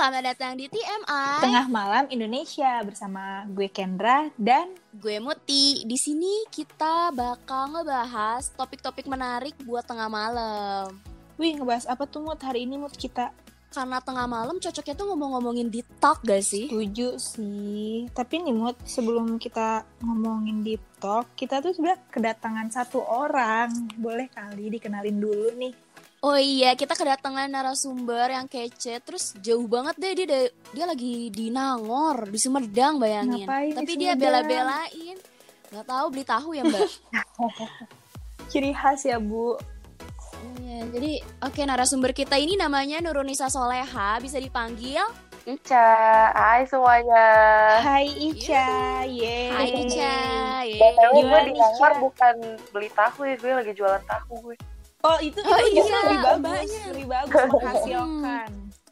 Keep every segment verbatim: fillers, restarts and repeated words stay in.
selamat datang di T M I Tengah Malam Indonesia bersama gue Kendra dan gue Muti. Di sini kita bakal ngebahas topik-topik menarik buat tengah malam. Wih, ngebahas apa tuh Mut hari ini Mut kita? Karena tengah malam cocoknya tuh ngomong-ngomongin deep talk gak sih? Setuju sih. Tapi nih Mut, sebelum kita ngomongin deep talk, kita tuh sebenarnya kedatangan satu orang. Boleh kali dikenalin dulu nih. Oh iya, kita kedatangan narasumber yang kece. Terus jauh banget deh, dia dia lagi di Nangor, di Sumedang bayangin. Ngapain Tapi di dia Sumedang? bela-belain. Gak tahu beli tahu ya Mbak? Ciri khas ya Bu. Iya, jadi oke narasumber kita ini namanya Nurunisa Soleha, bisa dipanggil Ica, hai semuanya. Hai Ica, yeay. Hai Ica. Yeay. B T W gue Gimana, di Nangor Ica? bukan beli tahu ya, gue lagi jualan tahu gue. Oh itu, Oh, itu justru iya, lebih bagus, mbaknya. lebih bagus menghasilkan.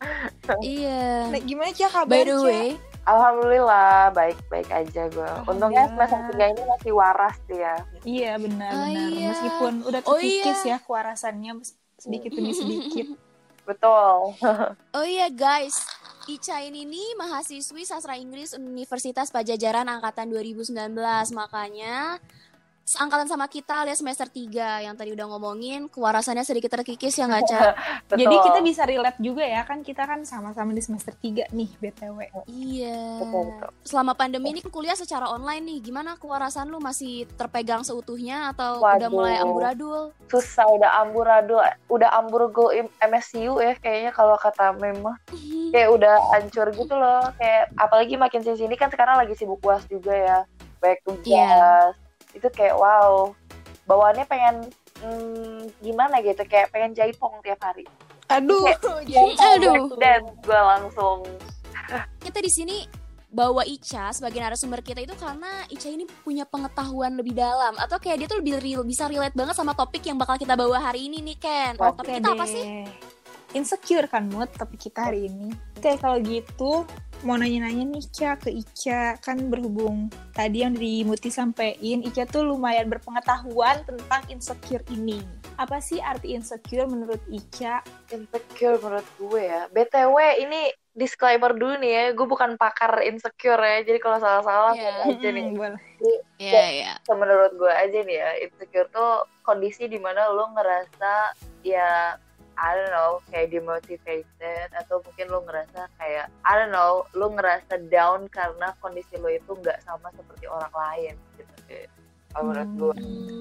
Iya. Nah, gimana Ca kabar By the Ca? way, Alhamdulillah, baik-baik aja gue. Untungnya Alhamdulillah. semester tiga ini masih waras dia. Iya Oh, benar-benar. iya. Meskipun udah Oh, terkikis iya. ya kewarasannya sedikit demi sedikit. Betul. oh iya guys, Ica ini nih mahasiswi sastra Inggris Universitas Pajajaran angkatan dua ribu sembilan belas. Makanya seangkatan sama kita alias semester tiga yang tadi udah ngomongin kewarasannya sedikit terkikis ya nggak, Ca? Betul. Jadi kita bisa relate juga ya, kan kita kan sama-sama di semester tiga nih B T W. Iya. Betul, betul. Selama pandemi ini kuliah secara online nih, gimana kewarasan lu masih terpegang seutuhnya atau udah Waduh. mulai amburadul? Susah, udah amburadul, udah ambur go M S U ya kayaknya kalau kata memang. Kayak udah hancur gitu loh. Kayak apalagi makin sini kan sekarang lagi sibuk U A S juga ya. Banyak tugas. Iya. Itu kayak wow. Bawaannya pengen hmm, gimana gitu, kayak pengen jaipong tiap hari. Aduh, Jadi Aduh. dan gue langsung Kita di sini bawa Ica sebagai narasumber kita itu karena Ica ini punya pengetahuan lebih dalam atau kayak dia tuh lebih real, bisa relate banget sama topik yang bakal kita bawa hari ini nih Ken. Oke Topik kita apa sih? Insecure kan Mut topik kita hari ini. Oke, kalau gitu mau nanya-nanya nih Ica ke Ica, kan berhubung tadi yang di Muti sampein, Ica tuh lumayan berpengetahuan tentang insecure ini. Apa sih arti insecure menurut Ica? insecure menurut gue ya. B T W ini disclaimer dulu nih ya, gue bukan pakar insecure ya. Jadi kalau salah-salah Iya. yeah. aja nih. Hmm, boleh. Jadi, Iya, iya. menurut gue aja nih ya, insecure tuh kondisi dimana lo ngerasa ya I don't know, kayak demotivated atau mungkin lo ngerasa kayak I don't know, lo ngerasa down karena kondisi lo itu nggak sama seperti orang lain gitu sih. Kalau menurut gue.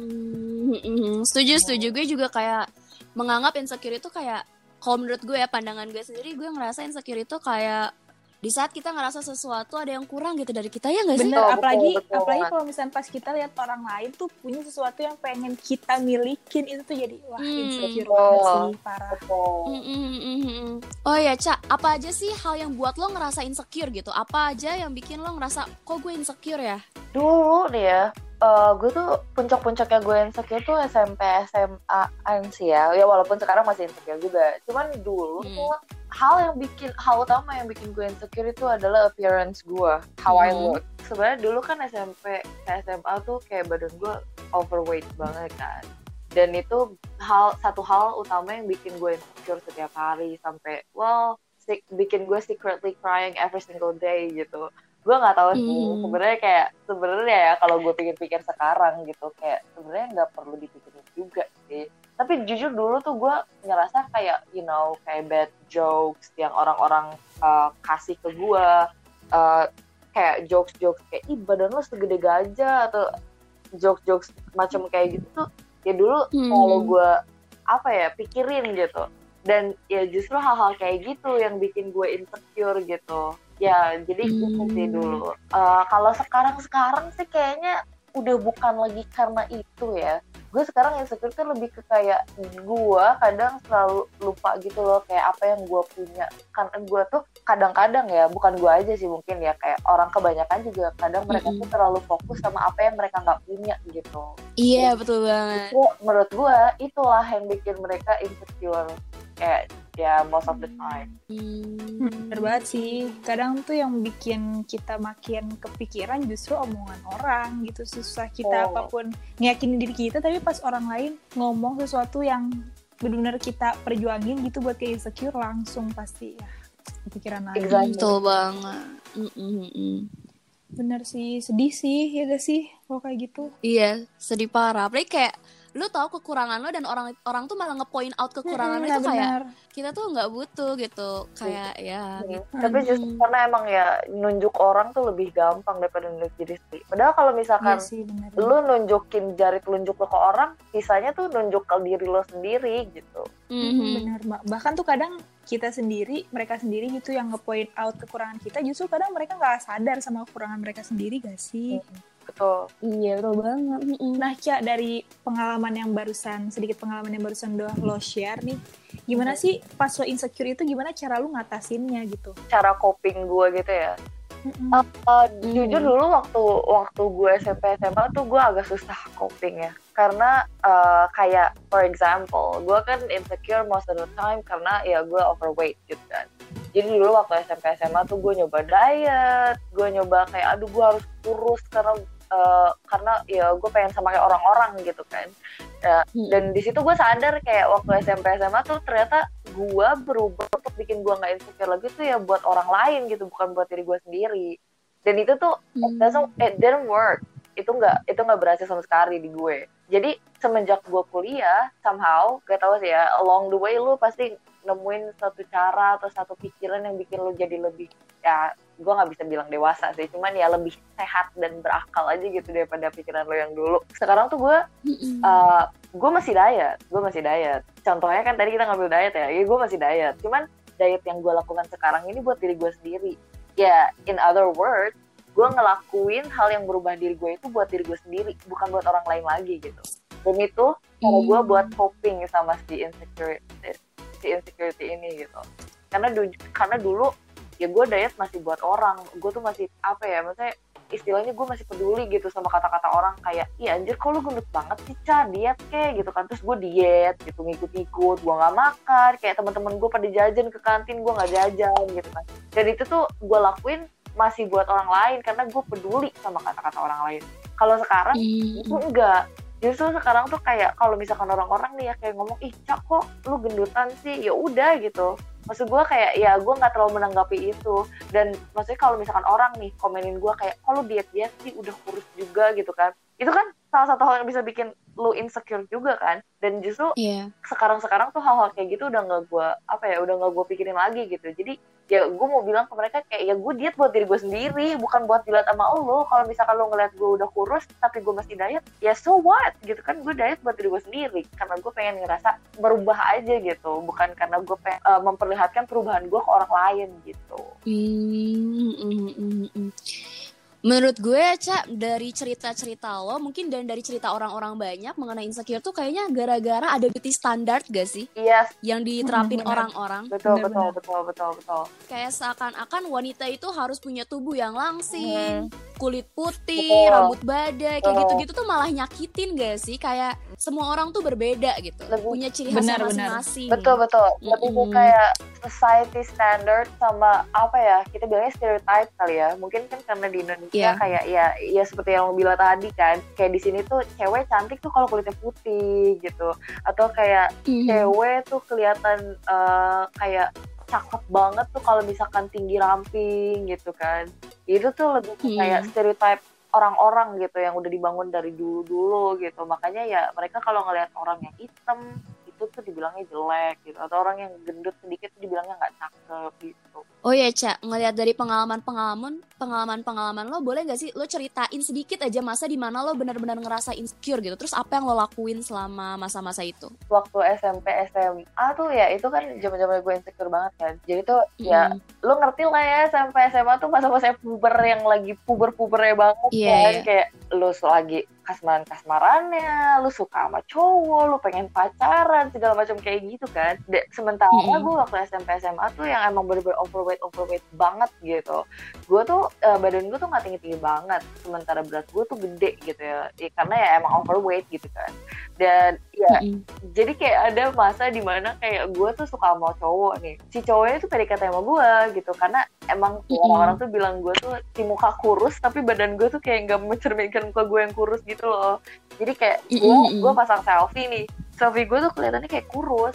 Hmm, setuju, setuju. Gue juga kayak menganggap insecure itu kayak, kalau menurut gue ya, pandangan gue sendiri, gue ngerasa insecure itu kayak di saat kita ngerasa sesuatu ada yang kurang gitu dari kita, ya nggak sih? Bener, Betul, apalagi betul, betul. apalagi kalau misalnya pas kita lihat orang lain tuh punya sesuatu yang pengen kita milikin, itu tuh jadi wah Hmm. insecure Betul. banget sih, parah. Betul. Mm, mm, mm, mm. Oh ya, Ca, apa aja sih hal yang buat lo ngerasa insecure gitu? Apa aja yang bikin lo ngerasa, kok gue insecure ya? Dulu nih ya, eh, gue tuh puncak-puncaknya gue insecure tuh S M P, S M A sih ya. Ya walaupun sekarang masih insecure juga. Cuman dulu Hmm. tuh hal yang bikin, hal utama yang bikin gue insecure itu adalah appearance gue, how I Hmm. look. Sebenarnya dulu kan S M P ke S M A tuh kayak badan gue overweight banget kan. Dan itu hal satu hal utama yang bikin gue insecure setiap hari sampai well si- bikin gue secretly crying every single day gitu. Gue nggak tahu sih Hmm. sebenarnya kayak sebenarnya ya kalau gue pikir-pikir sekarang gitu kayak sebenarnya nggak perlu dipikirin juga sih. Tapi jujur dulu tuh gue ngerasa kayak you know kayak bad jokes yang orang-orang uh, kasih ke gue, uh, kayak jokes-jokes kayak ih badan lo segede gajah atau jokes-jokes macam kayak gitu tuh ya dulu Hmm. kalau gue apa ya pikirin gitu. Dan ya justru hal-hal kayak gitu yang bikin gue insecure gitu. Ya jadi Hmm. itu sih dulu. Uh, kalau sekarang-sekarang sih kayaknya udah bukan lagi karena itu ya. Gue sekarang insecure tuh lebih ke kayak gue kadang selalu lupa gitu loh kayak apa yang gue punya. Karena gue tuh kadang-kadang ya, bukan gue aja sih mungkin ya, kayak orang kebanyakan juga kadang mereka Mm-mm. tuh terlalu fokus sama apa yang mereka nggak punya gitu. Iya, betul banget. Itu menurut gue itulah yang bikin mereka insecure kayak ya most of the time. Hmm. Bener banget sih, kadang tuh yang bikin kita makin kepikiran justru omongan orang gitu. Susah kita Oh. apapun ngeyakinin diri kita, tapi pas orang lain ngomong sesuatu yang benar-benar kita perjuangin gitu buat kayak insecure, langsung pasti ya kepikiran lagi. Exactly. Betul banget. Mm-mm-mm. Bener sih, sedih sih, ya gak sih kalau kayak gitu. Iya, sedih parah. Apalagi kayak lu tahu kekurangan lo dan orang orang tuh malah nge-point out kekurangan lo Mm-mm, itu nah, kayak benar. kita tuh nggak butuh gitu. Kayak ya Hmm. gitu. Tapi justru karena emang ya nunjuk orang tuh lebih gampang daripada nunjuk diri sendiri. Padahal kalau Iya misalkan sih, benar. lu nunjukin jari telunjuk lo ke orang, sisanya tuh nunjuk ke diri lo sendiri gitu. Mhm. Benar, Mbak. Bahkan tuh kadang kita sendiri, mereka sendiri gitu yang nge-point out kekurangan kita, justru kadang mereka nggak sadar sama kekurangan mereka sendiri gak sih? Betul. Iya, betul banget. Mm-mm. Nah, Ca, dari pengalaman yang barusan, sedikit pengalaman yang barusan udah lo share nih, gimana sih pas lo insecure itu, gimana cara lo ngatasinnya gitu? Cara coping gue gitu ya. Mm-mm. Uh, uh, Hmm. Jujur dulu waktu waktu gue S M P S M A tuh gue agak susah coping ya, karena uh, kayak for example gue kan insecure most of the time karena ya gue overweight gitu kan. Jadi dulu waktu S M P S M A tuh gue nyoba diet, gue nyoba kayak aduh gue harus kurus karena uh, karena ya gue pengen sama kayak orang-orang gitu kan. Uh, Hmm. dan di situ gue sadar kayak waktu S M P S M A tuh ternyata gue berubah untuk bikin gue nggak insecure lagi tuh ya buat orang lain gitu, bukan buat diri gue sendiri. Dan itu tuh it doesn't, it didn't work. Itu nggak itu nggak berhasil sama sekali di gue. Jadi semenjak gue kuliah somehow gak tahu sih ya, along the way lu pasti nemuin satu cara atau satu pikiran yang bikin lu jadi lebih, ya gue nggak bisa bilang dewasa sih, cuman ya lebih sehat dan berakal aja gitu daripada pikiran lo yang dulu. Sekarang tuh gue Mm-mm. uh, gue masih diet, gue masih diet. Contohnya kan tadi kita ngambil diet ya, ya gue masih diet. Cuman diet yang gue lakukan sekarang ini buat diri gue sendiri. Ya, in other words, gue ngelakuin hal yang berubah diri gue itu buat diri gue sendiri, bukan buat orang lain lagi gitu. Dan itu cara gue Hmm. buat coping sama si insecurity, si insecurity ini gitu. Karena du- karena dulu ya gue diet masih buat orang, gue tuh masih apa ya, maksudnya istilahnya gue masih peduli gitu sama kata-kata orang kayak, iya anjir kok lu gendut banget sih Ca, diet kek gitu kan. Terus gue diet gitu, ngikut-ngikut, gue gak makan, kayak teman-teman gue pada jajan ke kantin, gue gak jajan gitu kan. Dan itu tuh gue lakuin masih buat orang lain karena gue peduli sama kata-kata orang lain. Kalau sekarang Mm-mm. itu enggak. Justru sekarang tuh kayak kalau misalkan orang-orang nih ya kayak ngomong, ih Cak kok lu gendutan sih, ya udah gitu. Maksud gue kayak ya gue nggak terlalu menanggapi itu. Dan maksudnya kalau misalkan orang nih komenin gue kayak, kok lu diet-diet sih, udah kurus juga gitu kan, itu kan salah satu hal yang bisa bikin lu insecure juga kan. Dan justru Iya. sekarang-sekarang tuh hal-hal kayak gitu udah nggak gue apa ya udah nggak gue pikirin lagi gitu. Jadi ya gue mau bilang ke mereka kayak ya gue diet buat diri gue sendiri, bukan buat dilihat sama lo. Kalau misalkan lo ngeliat gue udah kurus tapi gue masih diet, ya so what gitu kan. Gue diet buat diri gue sendiri karena gue pengen ngerasa berubah aja gitu, bukan karena gue pengen uh, memperlihatkan perubahan gue ke orang lain gitu. Hmm, mm, mm, mm. Menurut gue, Ca, dari cerita-cerita lo, mungkin dan dari cerita orang-orang banyak mengenai insecure tuh kayaknya gara-gara ada beauty standard gak sih? Yes, Yang diterapin Hmm, benar. orang-orang. betul Benar, betul benar. betul betul betul. Kayak seakan-akan wanita itu harus punya tubuh yang langsing, Hmm. kulit putih, Betul. rambut badai, kayak Betul. gitu-gitu tuh malah nyakitin gak sih? Kayak semua orang tuh berbeda gitu, Lebih- punya ciri khasnya Benar, benar. masing-masing. Betul betul. Lebih ke Mm-mm. kayak society standard sama apa ya, kita bilangnya stereotype kali ya. Mungkin kan karena di Indonesia Iya. kayak ya ya seperti yang lo bilang tadi kan, kayak di sini tuh cewek cantik tuh kalau kulitnya putih gitu, atau kayak Mhm. cewek tuh kelihatan uh, kayak cakep banget tuh kalau misalkan tinggi ramping gitu kan. Itu tuh lebih ke Hmm. kayak stereotype orang-orang gitu yang udah dibangun dari dulu-dulu gitu. Makanya ya mereka kalau ngelihat orang yang hitam itu tuh dibilangnya jelek gitu, atau orang yang gendut sedikit tuh dibilangnya nggak cakep gitu. Oh ya, Ca, ngelihat dari pengalaman-pengalaman pengalaman-pengalaman lo, boleh gak sih lo ceritain sedikit aja masa di mana lo benar-benar ngerasa insecure gitu. Terus apa yang lo lakuin selama masa-masa itu? Waktu S M P S M A tuh ya itu kan zaman-zaman gue insecure banget kan. Jadi tuh ya Mm. lo ngerti lah ya, S M P S M A tuh masa-masa puber yang lagi puber-pubernya banget Iya, kan. iya. Kayak lo lagi kasmaran-kasmarannya, lu suka sama cowok, lu pengen pacaran, segala macam kayak gitu kan. De- sementara Mm-mm. gue waktu S M P S M A tuh yang emang bener-bener overweight overweight banget gitu. Gue tuh uh, badan gue tuh nggak tinggi-tinggi banget, sementara berat gue tuh gede gitu ya. Ya karena ya emang overweight gitu kan. Dan ya Mm-mm. jadi kayak ada masa dimana kayak gue tuh suka sama cowok nih, si cowoknya tuh P D K T sama gue gitu, karena emang Mm-mm. orang-orang tuh bilang gue tuh si muka kurus tapi badan gue tuh kayak nggak mencerminkan muka gue yang kurus gitu loh. Jadi kayak gue Mm-mm. gue pasang selfie nih, selfie gue tuh kelihatannya kayak kurus,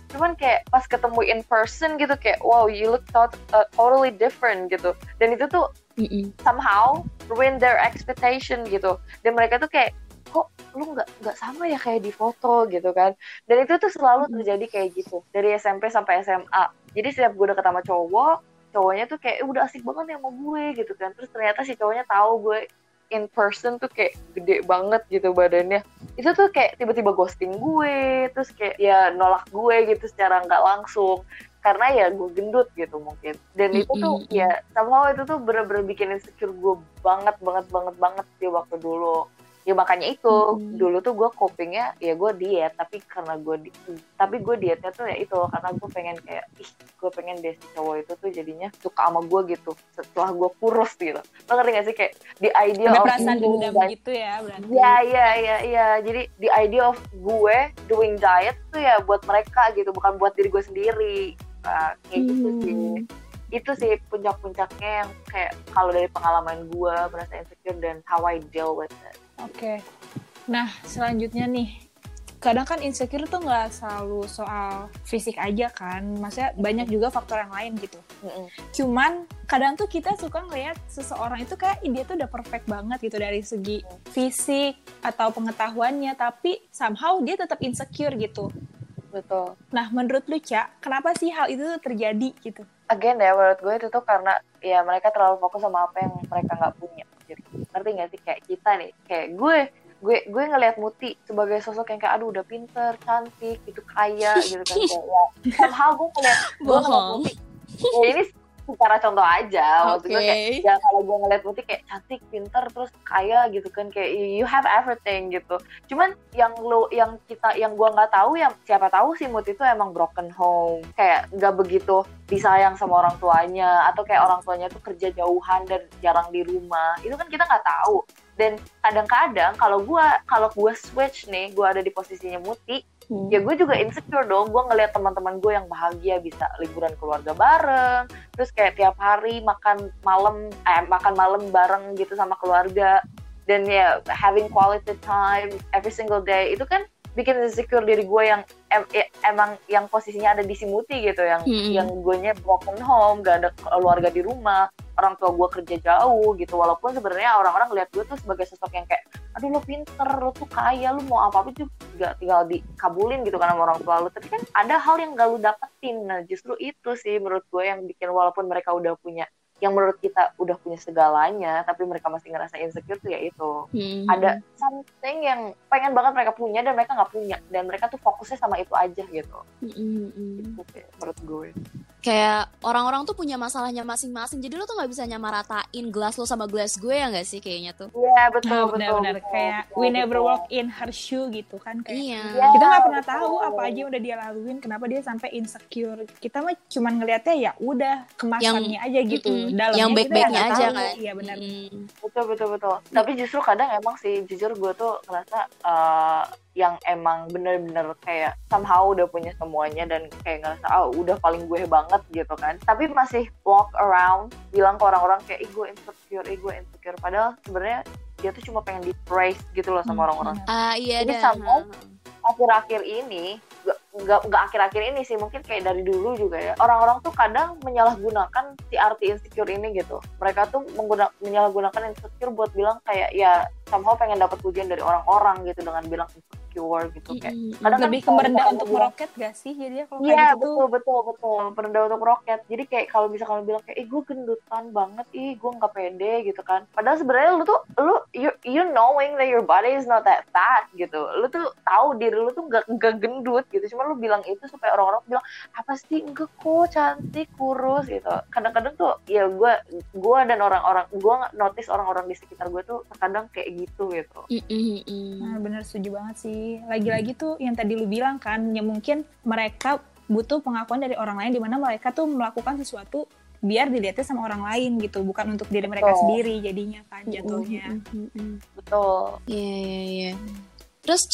cuman kayak pas ketemu in person gitu kayak wow you look to- uh, totally different gitu, dan itu tuh Mm-mm. somehow ruin their expectation gitu, dan mereka tuh kayak kok lu nggak nggak sama ya kayak di foto gitu kan, dan itu tuh selalu terjadi kayak gitu dari S M P sampai S M A. Jadi setiap gue deket sama cowok, cowoknya tuh kayak udah asik banget ya sama gue gitu kan, terus ternyata si cowoknya tahu gue in person tuh kayak gede banget gitu badannya, itu tuh kayak tiba-tiba ghosting gue, terus kayak ya nolak gue gitu secara nggak langsung karena ya gue gendut gitu mungkin, dan itu tuh Mm-mm. ya somehow itu tuh bener-bener bikin insecure gue banget banget banget banget sih waktu dulu. Ya makanya itu Mm-mm. dulu tuh gue copingnya ya gue diet, tapi karena gue di, tapi gue dietnya tuh ya itu karena gue pengen kayak ih gue pengen deh si cowok itu tuh jadinya suka sama gue gitu setelah gue kurus gitu. Lo ngerti gak sih kayak the idea Ada of perasaan doing dendam diet. gitu ya berarti. Ya ya ya ya jadi the idea of gue doing diet tuh ya buat mereka gitu, bukan buat diri gue sendiri. Nah, kayak gitu sih. Hmm. Itu sih puncak-puncaknya yang kayak kalau dari pengalaman gue merasa insecure dan how I deal with it. Oke. Nah, selanjutnya nih. Kadang kan insecure tuh nggak selalu soal fisik aja kan. Maksudnya banyak juga faktor yang lain gitu. Mm-mm. Cuman kadang tuh kita suka ngelihat seseorang itu kayak ih, dia tuh udah perfect banget gitu dari segi fisik atau pengetahuannya, tapi somehow dia tetap insecure gitu. Betul. Nah, menurut lu, Ca, kenapa sih hal itu tuh terjadi gitu? Again ya, menurut gue itu tuh karena ya mereka terlalu fokus sama apa yang mereka nggak punya gitu. Ngerti nggak sih kayak kita nih, kayak gue gue gue ngelihat Muti sebagai sosok yang kayak aduh udah pinter, cantik, gitu kaya gitu kan kayak ya. Somehow gue ngeliat gue ngeliat Bohong. Muti. Ya ini secara contoh aja, waktu gue kayak Oke. ya kalau gue ngeliat Muti kayak cantik, pinter, terus kaya gitu kan kayak you have everything gitu. Cuman yang lo yang kita yang gue nggak tahu yang siapa tahu sih Muti itu emang broken home, kayak nggak begitu disayang sama orang tuanya, atau kayak orang tuanya tuh kerja jauhan dan jarang di rumah, itu kan kita nggak tahu. Dan kadang-kadang kalau gue kalau gue switch nih, gue ada di posisinya Muti, Hmm. ya gue juga insecure dong. Gue ngeliat teman-teman gue yang bahagia bisa liburan keluarga bareng, terus kayak tiap hari makan malam eh makan malam bareng gitu sama keluarga, dan ya having quality time every single day, itu kan bikin insecure diri gue yang em, em, emang yang posisinya ada di si Muti gitu, yang Hmm. yang gue nya broken home, gak ada keluarga di rumah, orang tua gue kerja jauh gitu. Walaupun sebenarnya orang-orang lihat gue tuh sebagai sosok yang kayak aduh lo pinter, lo tuh kaya, lo mau apa-apa tuh gak tinggal dikabulin gitu kan sama orang tua lo, tapi kan ada hal yang gak lo dapetin. Nah justru itu sih menurut gue yang bikin walaupun mereka udah punya yang menurut kita udah punya segalanya, tapi mereka masih ngerasa insecure tuh ya itu. Hmm. Ada something yang pengen banget mereka punya dan mereka nggak punya, dan mereka tuh fokusnya sama itu aja gitu. Hmm, hmm. Itu sih menurut gue. Kayak orang-orang tuh punya masalahnya masing-masing, jadi lo tuh nggak bisa nyamaratain gelas lo sama gelas gue ya nggak sih kayaknya tuh. Iya betul Nah, betul. benar-benar betul, kayak betul, we never betul. walk in her shoe gitu kan, kayak Iya. Iya, kita nggak pernah betul. tahu apa aja yang udah dia laluin, kenapa dia sampai insecure. Kita mah cuman ngelihatnya ya udah kemasannya aja gitu, Mm-mm. dalamnya yang kita baik-baiknya nggak aja tahu. kan. Iya benar. Mm-mm. Betul betul betul. Tapi justru kadang emang sih jujur gue tuh ngerasa uh, yang emang bener-bener kayak somehow udah punya semuanya dan kayak ngerasa ah udah paling gue banget gitu kan, tapi masih walk around bilang ke orang-orang kayak ih gue insecure, ih gue insecure, padahal sebenarnya dia tuh cuma pengen di praise gitu loh sama Hmm, orang-orang. Ah iya Jadi dah. somehow akhir-akhir ini nggak- nggak nggak akhir-akhir ini sih, mungkin kayak dari dulu juga ya, orang-orang tuh kadang menyalahgunakan si arti insecure ini gitu. Mereka tuh mengguna, menyalahgunakan insecure buat bilang kayak ya somehow pengen dapat pujian dari orang-orang gitu dengan bilang insecure gitu. Kayak Mm-mm. kadang kan lebih ke kalau merendah misalkan untuk lu bilang, meroket gak sih jadinya kalau iya kayak gitu betul betul betul merendah untuk roket. Jadi kayak kalau misalkan lu bilang kayak ih gue gendutan banget, ih gue nggak pede gitu kan, padahal sebenarnya lu tuh lu you, you knowing that your body is not that fat gitu, lu tuh tahu diri lu tuh nggak nggak gendut gitu, cuma lu bilang itu supaya orang-orang bilang apa sih enggak kok cantik kurus gitu. Kadang-kadang tuh ya gue gue dan orang-orang gue notice orang-orang di sekitar gue tuh terkadang kayak gitu gitu. Mm-mm. Nah, bener setuju banget sih. Lagi-lagi tuh yang tadi lu bilang kan, ya mungkin mereka butuh pengakuan dari orang lain, di mana mereka tuh melakukan sesuatu biar dilihatnya sama orang lain gitu, bukan untuk diri mereka Betul. sendiri jadinya kan jatuhnya. Mm-mm. Betul. Iya iya iya. Terus Cak,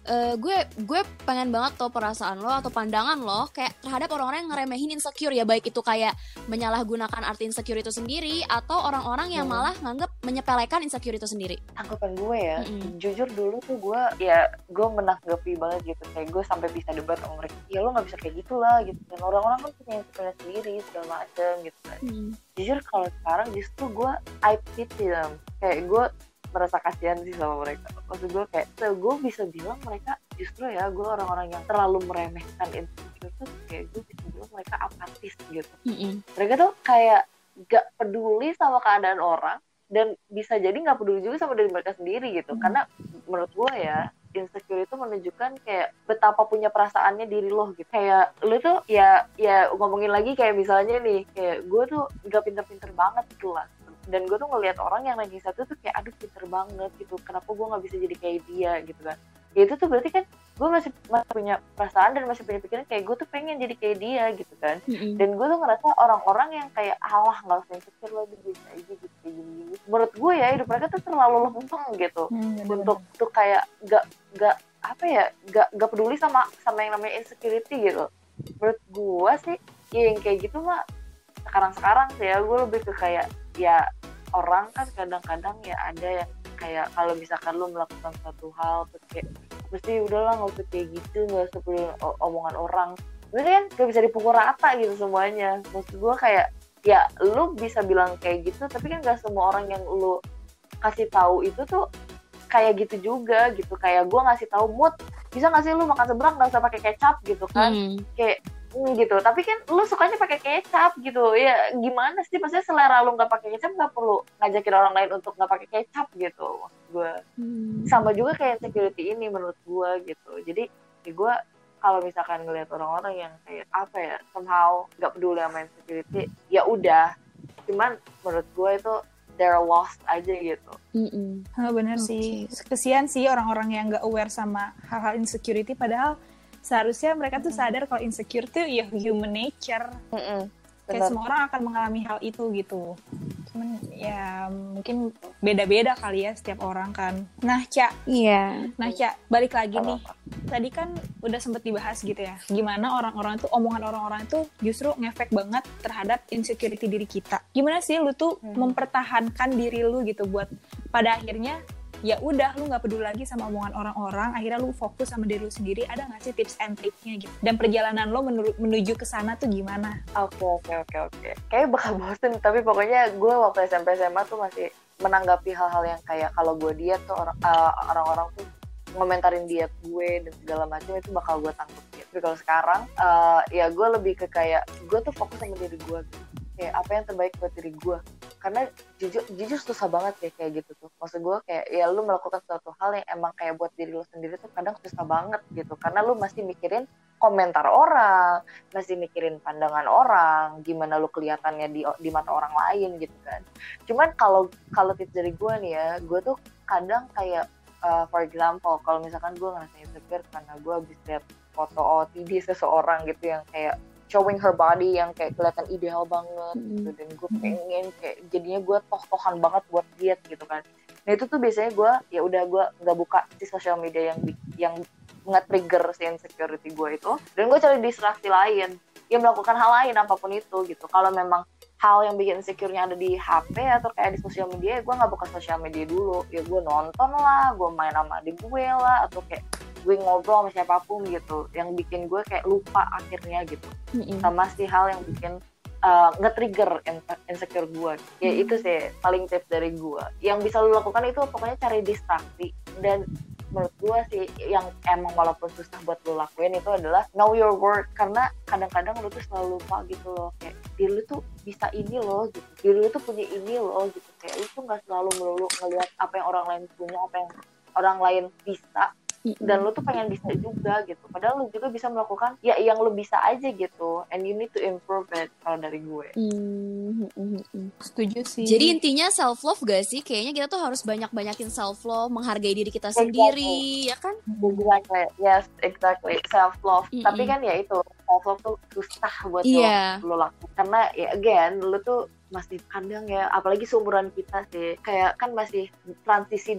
uh, gue gue pengen banget tau perasaan lo atau pandangan lo kayak terhadap orang-orang yang ngeremehin insecure ya, baik itu kayak menyalahgunakan arti insecure itu sendiri atau orang-orang yang Hmm. malah nganggep menyepelekan insecure itu sendiri. Anggapan gue ya, Mm-mm. jujur dulu tuh gue ya gue menanggapi banget gitu, kayak gue sampai bisa debat sama mereka, ya lo nggak bisa kayak gitulah gitu kan, orang-orang kan punya insecure sendiri segala macem gitu kan. Hmm. Jujur kalau sekarang justru gue I pity them, kayak gue merasa kasihan sih sama mereka. Maksud gue kayak so, gue bisa bilang mereka justru ya gue orang-orang yang terlalu meremehkan insecure tuh, kayak gue bisa bilang mereka apatis gitu. Mm-mm. Mereka tuh kayak gak peduli sama keadaan orang, dan bisa jadi gak peduli juga sama diri mereka sendiri gitu. Hmm. Karena menurut gue ya, insecure itu menunjukkan kayak betapa punya perasaannya diri lo gitu. Kayak lo tuh ya ya ngomongin lagi kayak misalnya nih, kayak gue tuh gak pinter-pinter banget gitu lah, dan gue tuh ngelihat orang yang ranking satu tuh kayak aduh pinter banget gitu, kenapa gue nggak bisa jadi kayak dia gitu kan. Ya itu tuh berarti kan gue masih, masih punya perasaan dan masih punya pikiran kayak gue tuh pengen jadi kayak dia gitu kan. Mm-mm. Dan gue tuh ngerasa orang-orang yang kayak alah nggak usah insecure lo, bisa aja gitu kayak gini, menurut gue ya hidup mereka tuh terlalu lempeng gitu. Hmm, Untuk tuh kayak gak gak apa ya gak gak peduli sama sama yang namanya insecurity gitu. Menurut gue sih ya yang kayak gitu mah sekarang-sekarang sih ya, gue lebih ke kayak ya orang kan kadang-kadang ya ada yang kayak kalau misalkan lu melakukan satu hal terus kayak mesti udahlah nggak usah kayak gitu, nggak usah peduli o- omongan orang, berarti kan gak bisa dipukul rata gitu semuanya. Maksud gue kayak ya lu bisa bilang kayak gitu, tapi kan gak semua orang yang lu kasih tahu itu tuh kayak gitu juga gitu. Kayak gue ngasih tahu Mut, bisa nggak sih lu makan seblak nggak usah pakai kecap gitu kan. Hmm. Kayak mm, gitu, tapi kan lu sukanya pakai kecap gitu ya, gimana sih, maksudnya selera lu nggak pakai kecap nggak perlu ngajakin orang lain untuk nggak pakai kecap gitu. Maksud gue Hmm. sama juga kayak insecurity ini menurut gue gitu. Jadi ya gue kalau misalkan ngelihat orang-orang yang kayak apa ya somehow nggak peduli sama insecurity, ya udah, cuman menurut gue itu they're lost aja gitu. Mm-mm. Oh, bener Oke. sih. Kesian sih orang-orang yang nggak aware sama hal-hal insecurity, padahal seharusnya mereka tuh sadar kalau insecure tuh ya human nature. Mm-mm, Kayak bener. semua orang akan mengalami hal itu gitu. Cuman ya mungkin beda-beda kali ya setiap orang kan. Nah, Ca, Iya. nah Ca, balik lagi Apa-apa. nih. Tadi kan udah sempet dibahas gitu ya. Gimana orang-orang tuh, omongan orang-orang tuh justru ngefek banget terhadap insecurity diri kita. Gimana sih lu tuh Hmm. mempertahankan diri lu gitu buat pada akhirnya ya udah lu nggak peduli lagi sama omongan orang-orang, akhirnya lu fokus sama diri lu sendiri. Ada nggak sih tips and triknya gitu? Dan perjalanan lo menu- menuju ke sana tuh gimana? Oke oke oke oke. Kayaknya bakal bosen, tapi pokoknya gue waktu S M P S M A tuh masih menanggapi hal-hal yang kayak kalau gue diet tuh orang uh, orang-orang tuh ngomentarin diet gue dan segala macam, itu bakal gue tanggepin. Tapi kalau sekarang uh, ya gue lebih ke kayak gue tuh fokus sama diri gue, kayak apa yang terbaik buat diri gue. Karena jujur jujur susah banget ya kayak gitu tuh. Maksud gue kayak ya lu melakukan suatu hal yang emang kayak buat diri lu sendiri tuh kadang susah banget gitu, karena lu masih mikirin komentar orang, masih mikirin pandangan orang, gimana lu kelihatannya di di mata orang lain gitu kan. Cuman kalau kalau tips dari gue nih ya, gue tuh kadang kayak uh, for example kalau misalkan gue ngerasa insecure karena gue habis lihat foto O T D seseorang gitu yang kayak showing her body yang kayak kelihatan ideal banget gitu, dan gue pengen kayak jadinya gue toh-tohan banget buat diet gitu kan. Nah itu tuh biasanya gue ya udah gue nggak buka si sosial media yang yang nge-trigger si insecurity gue itu, dan gue cari distraksi lain, ya melakukan hal lain apapun itu gitu. Kalau memang hal yang bikin insecure-nya ada di H P atau kayak di sosial media, ya gue nggak buka sosial media dulu, ya gue nonton lah, gue main sama adik gue lah, atau kayak gue ngobrol sama siapapun gitu, yang bikin gue kayak lupa akhirnya gitu Mm-mm. sama si hal yang bikin uh, nge-trigger insecure gue. Ya Hmm. itu sih paling tips dari gue. Yang bisa lu lakukan itu pokoknya cari distraksi, dan menurut gue sih yang emang walaupun susah buat lu lakuin itu adalah know your worth, karena kadang-kadang lu tuh selalu lupa gitu loh, kayak diri lu tuh bisa ini loh gitu, diri lu tuh punya ini loh gitu, kayak lu tuh gak selalu melulu ngelihat apa yang orang lain punya, apa yang orang lain bisa, dan lu tuh pengen bisa juga gitu, padahal lu juga bisa melakukan ya yang lu bisa aja gitu, and you need to improve it kalau dari gue. Mm, mm, mm, mm. Setuju sih. Jadi intinya self love gak sih? Kayaknya kita tuh harus banyak-banyakin self love, menghargai diri kita sendiri, ya kan? Exactly, yes, exactly, self love. Mm-mm. Tapi kan ya itu self love tuh susah buat Iya. lo, lo lakukan, karena ya again lu tuh masih kadang ya, apalagi seumuran kita sih, kayak kan masih transisi dari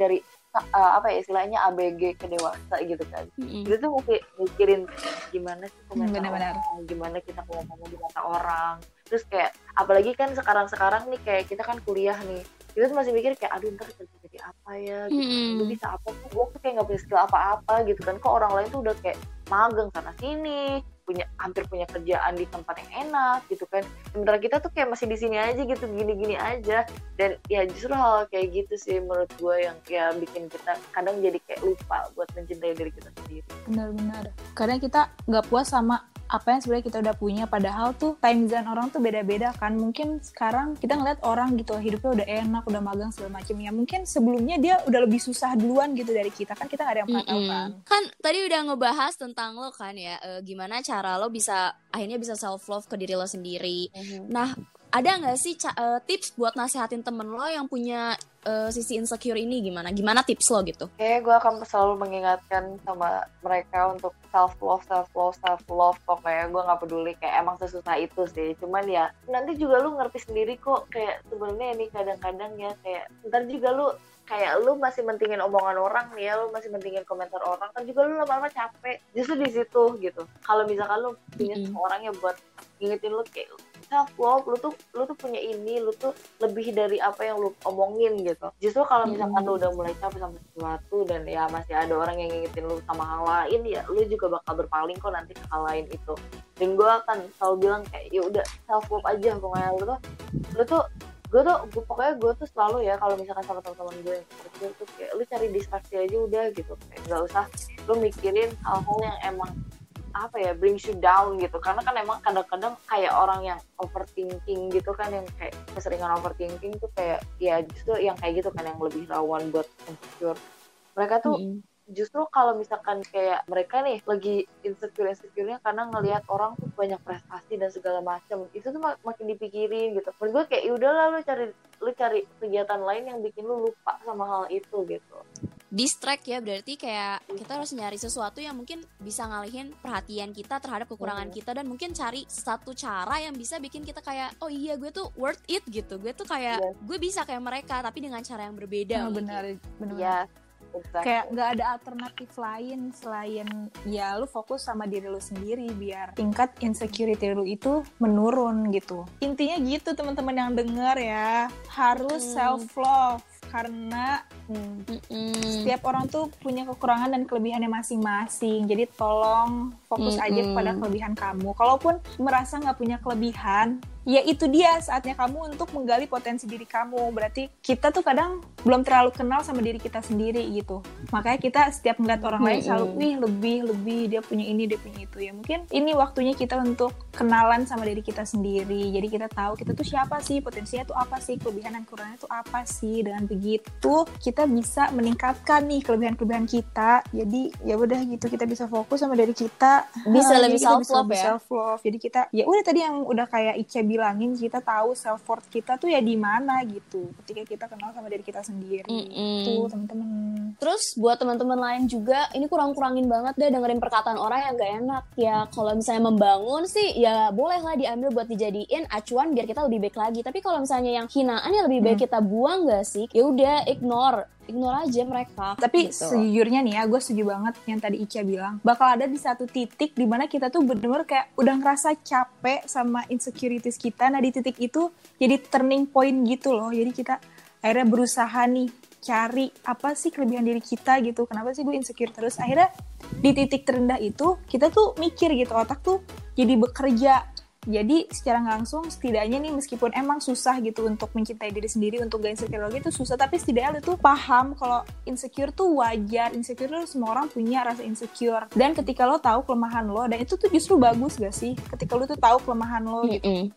uh, apa ya istilahnya A B G ke dewasa gitu kan. Mm-mm. Itu tuh mungkin mikirin gimana sih komentar Benar-benar. orang, gimana kita ngomong di mata orang. Terus kayak apalagi kan sekarang-sekarang nih kayak kita kan kuliah nih, kita tuh masih mikir kayak aduh ntar kerja jadi apa ya gitu, Mm-mm. gue bisa apa tuh, gue tuh kayak nggak punya skill apa-apa gitu kan. Kok orang lain tuh udah kayak magang sana sini, punya hampir punya kerjaan di tempat yang enak gitu kan, sementara kita tuh kayak masih di sini aja gitu, gini-gini aja. Dan ya justru hal kayak gitu sih menurut gue yang ya bikin kita kadang jadi kayak lupa buat mencintai diri kita sendiri. Benar-benar. Kadang kita nggak puas sama apa yang sebenarnya kita udah punya, padahal tuh time zone orang tuh beda-beda kan. Mungkin sekarang kita ngeliat orang gitu hidupnya udah enak, udah magang segala macam ya, mungkin sebelumnya dia udah lebih susah duluan gitu dari kita kan, kita nggak ada yang pernah tahu kan. Kan tadi udah ngebahas tentang lo kan ya, e, gimana cara lo bisa akhirnya bisa self love ke diri lo sendiri. Mm-hmm. Nah, ada nggak sih ca- uh, tips buat nasehatin temen lo yang punya uh, sisi insecure ini gimana? Gimana tips lo gitu? Kayak gue akan selalu mengingatkan sama mereka untuk self love, self love, self love. Pokoknya gue nggak peduli kayak emang sesusah itu sih. Cuman ya nanti juga lu ngerti sendiri kok kayak sebenarnya ini kadang-kadang ya kayak ntar juga lu kayak lu masih mentingin omongan orang nih ya, lu masih mentingin komentar orang kan juga lu lama-lama capek. Justru di situ gitu. Kalau misalkan lu punya Mm-mm. seseorang yang buat ngingetin lu kayak self love, lu tuh lu tuh punya ini, lu tuh lebih dari apa yang lu omongin gitu. Justru kalau misalkan Mm-mm. lu udah mulai capek sama sesuatu dan ya masih ada orang yang ngingetin lu sama hal lain, ya lu juga bakal berpaling kok nanti ke hal lain itu. Dan gue akan selalu bilang kayak ya udah self love aja pokoknya. Lu tuh lu tuh gue tuh gue, pokoknya gue tuh selalu ya kalau misalkan sama teman-teman gue yang kecil tuh kayak lu cari distraksi aja udah gitu, kayak nggak usah lu mikirin hal-hal yang emang apa ya brings you down gitu. Karena kan emang kadang-kadang kayak orang yang overthinking gitu kan, yang kayak keseringan overthinking tuh kayak ya justru yang kayak gitu kan yang lebih rawan buat insecure. Mereka tuh Mm-mm. justru kalau misalkan kayak mereka nih lagi insecure insecurenya karena ngelihat orang tuh banyak prestasi dan segala macam, itu tuh mak- makin dipikirin gitu. Menurut gue kayak yaudahlah lu cari lu cari kegiatan lain yang bikin lu lupa sama hal itu gitu. Distract ya, berarti kayak kita harus nyari sesuatu yang mungkin bisa ngalihin perhatian kita terhadap kekurangan Hmm. kita, dan mungkin cari satu cara yang bisa bikin kita kayak oh iya gue tuh worth it gitu, gue tuh kayak Yes. gue bisa kayak mereka tapi dengan cara yang berbeda. Nah, mungkin. benar, benar. Ya exactly. Kayak nggak ada alternatif lain selain ya lu fokus sama diri lu sendiri biar tingkat insecurity lu itu menurun gitu. Intinya gitu teman-teman yang dengar ya, harus Hmm. self love karena Hmm. Mm-mm. setiap orang tuh punya kekurangan dan kelebihannya masing-masing. Jadi tolong fokus aja Mm-mm. kepada kelebihan kamu. Kalaupun merasa nggak punya kelebihan, ya itu dia saatnya kamu untuk menggali potensi diri kamu. Berarti kita tuh kadang belum terlalu kenal sama diri kita sendiri gitu. Makanya kita setiap melihat orang lain selalu, wih lebih, lebih, dia punya ini, dia punya itu. Ya mungkin ini waktunya kita untuk kenalan sama diri kita sendiri. Jadi kita tahu kita tuh siapa sih, potensinya tuh apa sih, kelebihan dan kekurangannya tuh apa sih. Dengan begitu kita bisa meningkatkan nih kelebihan-kelebihan kita. Jadi ya udah gitu, kita bisa fokus sama diri kita. Bisa Jadi lebih kita self bisa love lebih ya. self love. Jadi kita ya udah tadi yang udah kayak Ica bilangin, kita tahu self worth kita tuh ya di mana gitu. Ketika kita kenal sama diri kita sendiri. Mm-mm. Tuh teman-teman. Terus buat teman-teman lain juga, ini kurang-kurangin banget deh dengerin perkataan orang yang gak enak. Ya kalau misalnya membangun sih, ya bolehlah diambil buat dijadiin acuan biar kita lebih baik lagi. Tapi kalau misalnya yang hinaan ya lebih baik kita buang gak sih? Ya udah ignore, ignore aja mereka. Tapi gitu. sejujurnya nih ya, gue setuju banget yang tadi Ica bilang. Bakal ada di satu titik di mana kita tuh bener-bener kayak udah ngerasa capek sama insecurities kita. Nah di titik itu jadi turning point gitu loh. Jadi kita akhirnya berusaha nih cari apa sih kelebihan diri kita gitu. Kenapa sih gue insecure terus? Akhirnya di titik terendah itu kita tuh mikir gitu, otak tuh jadi bekerja. Jadi secara nggak langsung setidaknya nih meskipun emang susah gitu untuk mencintai diri sendiri, untuk gak insecure lagi itu susah, tapi setidaknya lu tuh paham kalau insecure tuh wajar. Insecure tuh semua orang punya rasa insecure. Dan ketika lo tahu kelemahan lo, dan itu tuh justru bagus gak sih? Ketika lo tuh tahu kelemahan lo gitu. Mm-mm.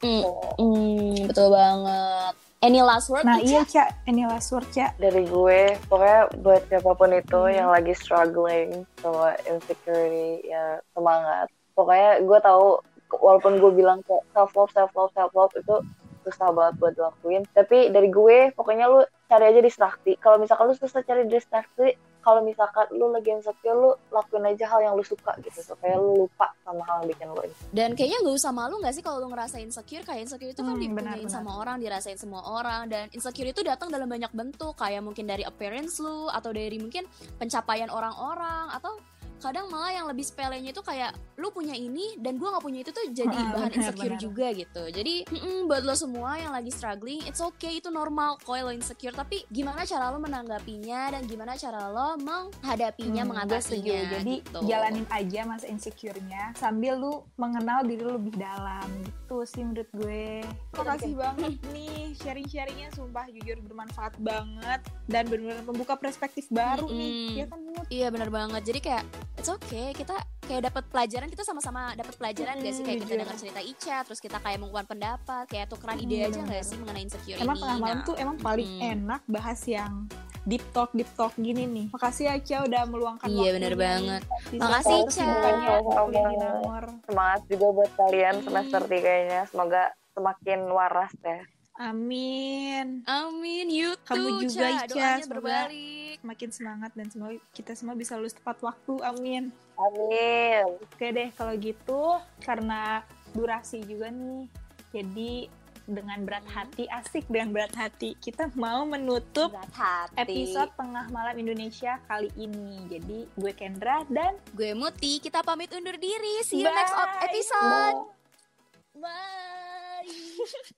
Mm-mm. Betul banget. Any last word? Nah Ica? iya Cak, ini last word Cak. Dari gue, pokoknya buat siapapun itu Hmm. yang lagi struggling sama insecurity, ya semangat. Pokoknya gue tahu, walaupun gue bilang kayak self love, self love, self love itu susah banget buat dilakuin. Tapi dari gue, pokoknya lu cari aja distraksi. Kalau misalkan lu susah cari distraksi, kalau misalkan lu lagi insecure, lu lakuin aja hal yang lu suka gitu supaya lu lupa sama hal yang bikin lu insecure. Dan kayaknya nggak usah malu nggak sih kalau lu ngerasa insecure. Kayak insecure itu kan Hmm, dipunyain benar-benar. sama orang, dirasain semua orang. Dan insecure itu datang dalam banyak bentuk, kayak mungkin dari appearance lu, atau dari mungkin pencapaian orang-orang, atau kadang malah yang lebih sepelenya itu kayak lu punya ini dan gue nggak punya itu tuh jadi Ah, bahan benar, insecure benar. juga gitu. Jadi mm-mm, buat lo semua yang lagi struggling, it's okay, itu normal kok lo insecure. Tapi gimana cara lo menanggapinya dan gimana cara lo menghadapinya, Hmm, gue mengatasinya setuju. Jadi gitu. jalanin aja masa insecure-nya sambil lu mengenal diri lu lebih dalam. Gitu sih menurut gue. Makasih banget nih sharing-sharingnya, sumpah jujur bermanfaat banget dan benar-benar membuka perspektif baru Mm-mm. nih. Ya kan Mut? Iya benar banget. Jadi kayak it's okay, kita kayak dapat pelajaran, kita sama-sama dapat pelajaran gak sih, kayak kita jujur. dengar cerita Ica, terus kita kayak mengumpulkan pendapat, kayak tukeran Hmm, ide aja benar-benar. gak sih mengenai insecure Emang ini. tengah malam Nah, tuh emang paling hmm. enak bahas yang deep talk deep talk gini nih. Makasih ya Cia udah meluangkan Iya, waktunya bener nih. banget. Di Makasih, saat Ica. kesibukannya Sama-sama. kuliah di Nangor. Semangat juga buat kalian Hmm. semester tiganya. Semoga semakin waras ya. Amin. Amin, you Kamu too, juga, Ca. Ica. Doanya Semoga berbalik. semakin semangat dan semoga kita semua bisa lulus tepat waktu. Amin. Amin. Oke deh kalau gitu, karena durasi juga nih. Jadi dengan berat hati, asik dengan berat hati, kita mau menutup Berat hati. episode Tengah Malam Indonesia kali ini. Jadi gue Kendra dan Gue Muti, kita pamit undur diri. See you Bye. next op- episode. Bye. Bye.